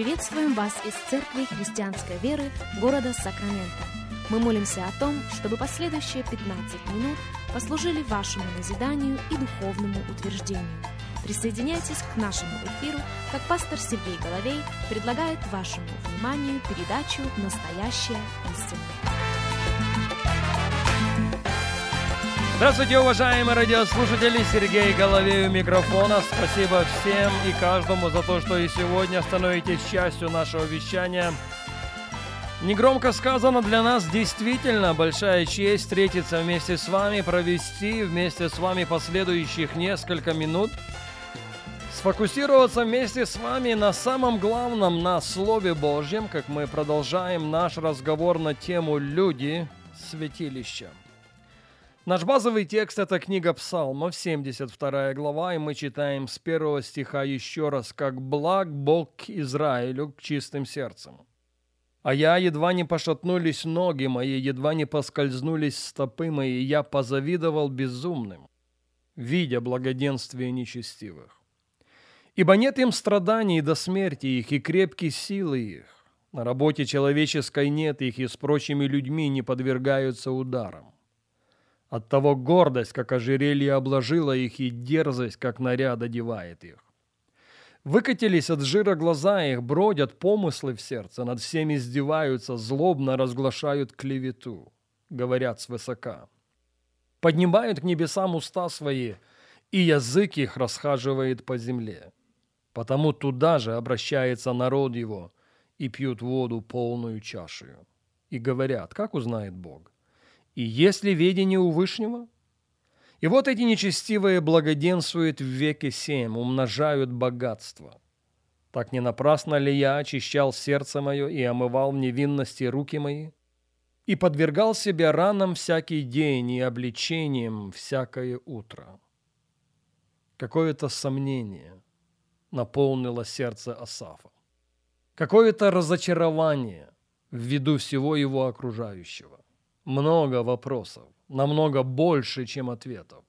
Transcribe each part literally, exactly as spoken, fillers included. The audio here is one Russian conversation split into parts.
Приветствуем вас из Церкви Христианской Веры города Сакраменто. Мы молимся о том, чтобы последующие пятнадцать минут послужили вашему назиданию и духовному утверждению. Присоединяйтесь к нашему эфиру, как пастор Сергей Головей предлагает вашему вниманию передачу «Настоящая истина». Здравствуйте, уважаемые радиослушатели! Сергей Головей у микрофона. Спасибо всем и каждому за то, что и сегодня становитесь частью нашего вещания. Негромко сказано, для нас действительно большая честь встретиться вместе с вами, провести вместе с вами последующих несколько минут, сфокусироваться вместе с вами на самом главном, на Слове Божьем, как мы продолжаем наш разговор на тему «Люди святилища». Наш базовый текст – это книга Псалмов, семьдесят вторая глава, и мы читаем с первого стиха еще раз: «Как благ Бог к Израилю, к чистым сердцем. А я, едва не пошатнулись ноги мои, едва не поскользнулись стопы мои, я позавидовал безумным, видя благоденствие нечестивых. Ибо нет им страданий до смерти их, и крепкие силы их. На работе человеческой нет их, и с прочими людьми не подвергаются ударам. Оттого гордость, как ожерелье, обложила их, и дерзость, как наряд, одевает их. Выкатились от жира глаза их, бродят помыслы в сердце, над всеми издеваются, злобно разглашают клевету, говорят свысока. Поднимают к небесам уста свои, и язык их расхаживает по земле. Потому туда же обращается народ его, и пьют воду полную чашею. И говорят: как узнает Бог? И есть ли ведение у Вышнего? И вот эти нечестивые благоденствуют в веке семь, умножают богатство. Так не напрасно ли я очищал сердце мое и омывал в невинности руки мои? И подвергал себя ранам всякий день и обличением всякое утро». Какое-то сомнение наполнило сердце Асафа. Какое-то разочарование ввиду всего его окружающего. Много вопросов, намного больше, чем ответов.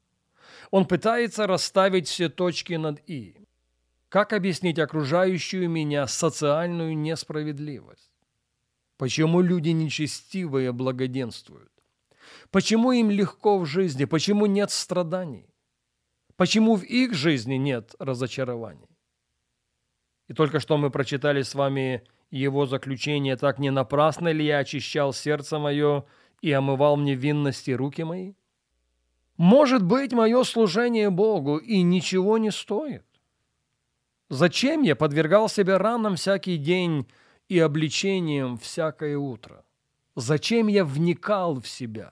Он пытается расставить все точки над «и». Как объяснить окружающую меня социальную несправедливость? Почему люди нечестивые благоденствуют? Почему им легко в жизни? Почему нет страданий? Почему в их жизни нет разочарований? И только что мы прочитали с вами его заключение: «Так не напрасно ли я очищал сердце мое и омывал в невинности руки мои? Может быть, мое служение Богу и ничего не стоит? Зачем я подвергал себя ранам всякий день и обличениям всякое утро? Зачем я вникал в себя,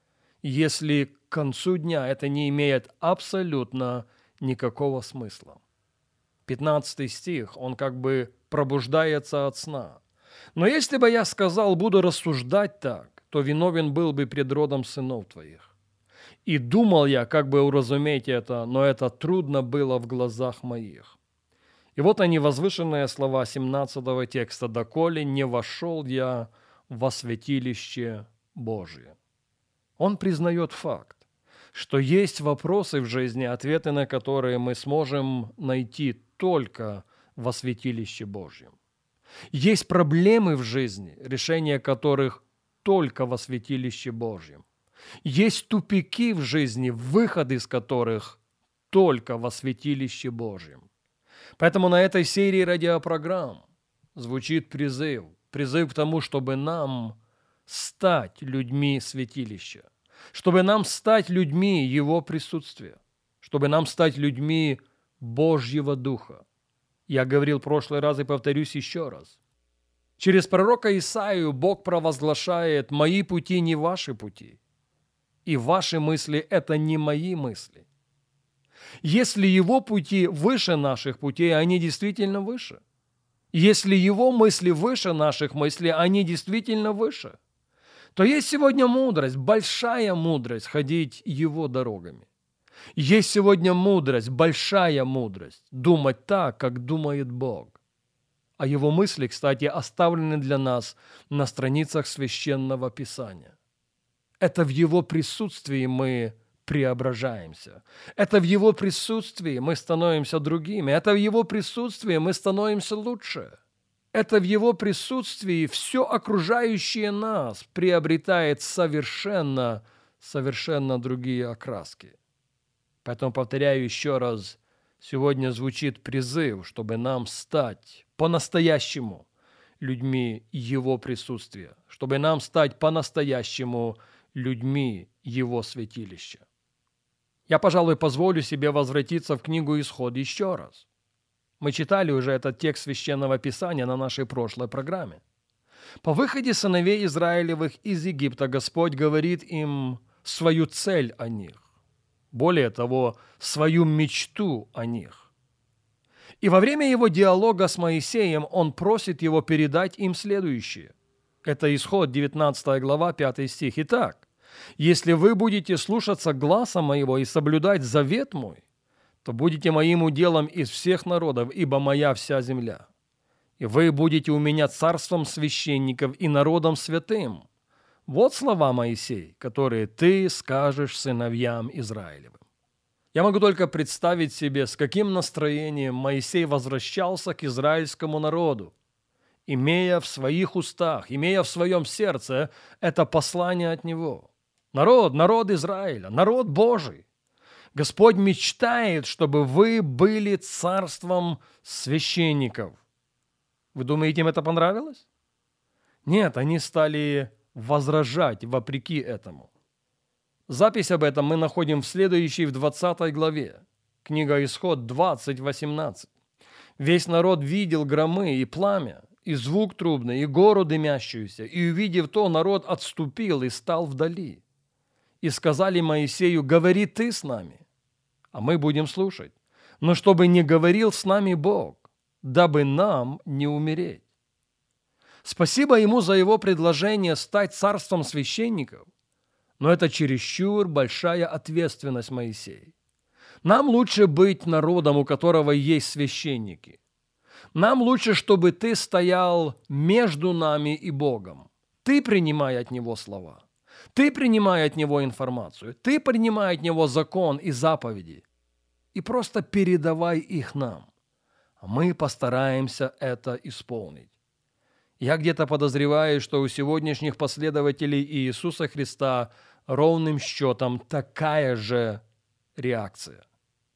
если к концу дня это не имеет абсолютно никакого смысла?» пятнадцатый стих, он как бы пробуждается от сна. «Но если бы я сказал, буду рассуждать так, то виновен был бы пред родом сынов твоих. И думал я, как бы уразуметь это, но это трудно было в глазах моих». И вот они, возвышенные слова семнадцатого текста: «Доколе не вошел я во святилище Божие». Он признает факт, что есть вопросы в жизни, ответы на которые мы сможем найти только во святилище Божьем. Есть проблемы в жизни, решение которых только во святилище Божьем. Есть тупики в жизни, выход из которых только во святилище Божьем. Поэтому на этой серии радиопрограмм звучит призыв, призыв к тому, чтобы нам стать людьми святилища, чтобы нам стать людьми Его присутствия, чтобы нам стать людьми Божьего Духа. Я говорил в прошлый раз и повторюсь еще раз. Через пророка Исаию Бог провозглашает: «Мои пути не ваши пути, и ваши мысли – это не мои мысли». Если Его пути выше наших путей, они действительно выше. Если Его мысли выше наших мыслей, они действительно выше. То есть сегодня мудрость, большая мудрость ходить Его дорогами. Есть сегодня мудрость, большая мудрость думать так, как думает Бог. А Его мысли, кстати, оставлены для нас на страницах Священного Писания. Это в Его присутствии мы преображаемся. Это в Его присутствии мы становимся другими. Это в Его присутствии мы становимся лучше. Это в Его присутствии все окружающее нас приобретает совершенно, совершенно другие окраски. Поэтому повторяю еще раз, сегодня звучит призыв, чтобы нам стать по-настоящему людьми Его присутствия, чтобы нам стать по-настоящему людьми Его святилища. Я, пожалуй, позволю себе возвратиться в книгу «Исход» еще раз. Мы читали уже этот текст Священного Писания на нашей прошлой программе. По выходе сыновей Израилевых из Египта Господь говорит им свою цель о них. Более того, свою мечту о них. И во время его диалога с Моисеем он просит его передать им следующее. Это Исход, девятнадцатая глава, пятый стих. «Итак, если вы будете слушаться гласа моего и соблюдать завет мой, то будете моим уделом из всех народов, ибо моя вся земля. И вы будете у меня царством священников и народом святым. Вот слова, Моисей, которые ты скажешь сыновьям Израилевым». Я могу только представить себе, с каким настроением Моисей возвращался к израильскому народу, имея в своих устах, имея в своем сердце это послание от него. Народ, народ Израиля, народ Божий. Господь мечтает, чтобы вы были царством священников. Вы думаете, им это понравилось? Нет, они стали возражать вопреки этому. Запись об этом мы находим в следующей, в двадцатой главе. Книга Исход двадцать восемнадцать. «Весь народ видел громы и пламя, и звук трубный, и гору дымящуюся, и, увидев то, народ отступил и стал вдали. И сказали Моисею: говори ты с нами, а мы будем слушать. Но чтобы не говорил с нами Бог, дабы нам не умереть». Спасибо ему за его предложение стать царством священников, но это чересчур большая ответственность, Моисей. Нам лучше быть народом, у которого есть священники. Нам лучше, чтобы ты стоял между нами и Богом. Ты принимай от Него слова. Ты принимай от Него информацию. Ты принимай от Него закон и заповеди. И просто передавай их нам. А мы постараемся это исполнить. Я где-то подозреваю, что у сегодняшних последователей Иисуса Христа ровным счетом такая же реакция.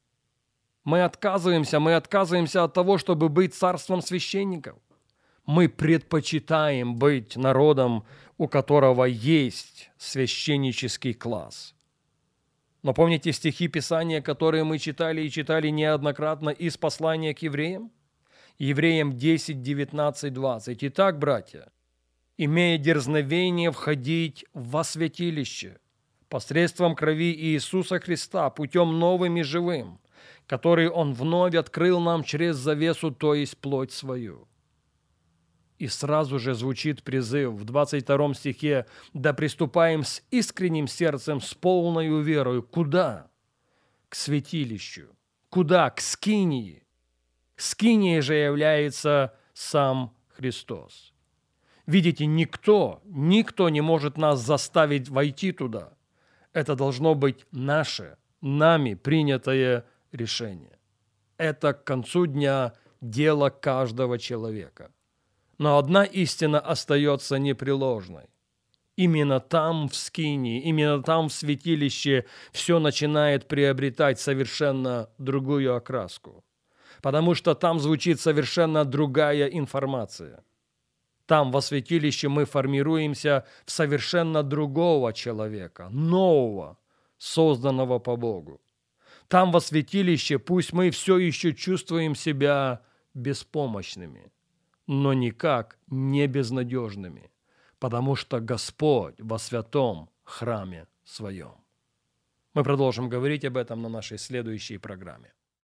Мы отказываемся, мы отказываемся от того, чтобы быть царством священников. Мы предпочитаем быть народом, у которого есть священнический класс. Но помните стихи Писания, которые мы читали и читали неоднократно из послания к евреям? Евреям десять, девятнадцать, двадцать. «Итак, братья, имея дерзновение входить во святилище посредством крови Иисуса Христа, путем новым и живым, который Он вновь открыл нам через завесу, то есть плоть свою». И сразу же звучит призыв в двадцать втором стихе: «Да приступаем с искренним сердцем, с полною верою». Куда? К святилищу. Куда? К скинии. Скинией же является сам Христос. Видите, никто, никто не может нас заставить войти туда. Это должно быть наше, нами принятое решение. Это к концу дня дело каждого человека. Но одна истина остается непреложной. Именно там, в скинии, именно там, в святилище, все начинает приобретать совершенно другую окраску. Потому что там звучит совершенно другая информация. Там, во святилище, мы формируемся в совершенно другого человека, нового, созданного по Богу. Там, во святилище, пусть мы все еще чувствуем себя беспомощными, но никак не безнадежными, потому что Господь во святом храме своем. Мы продолжим говорить об этом на нашей следующей программе.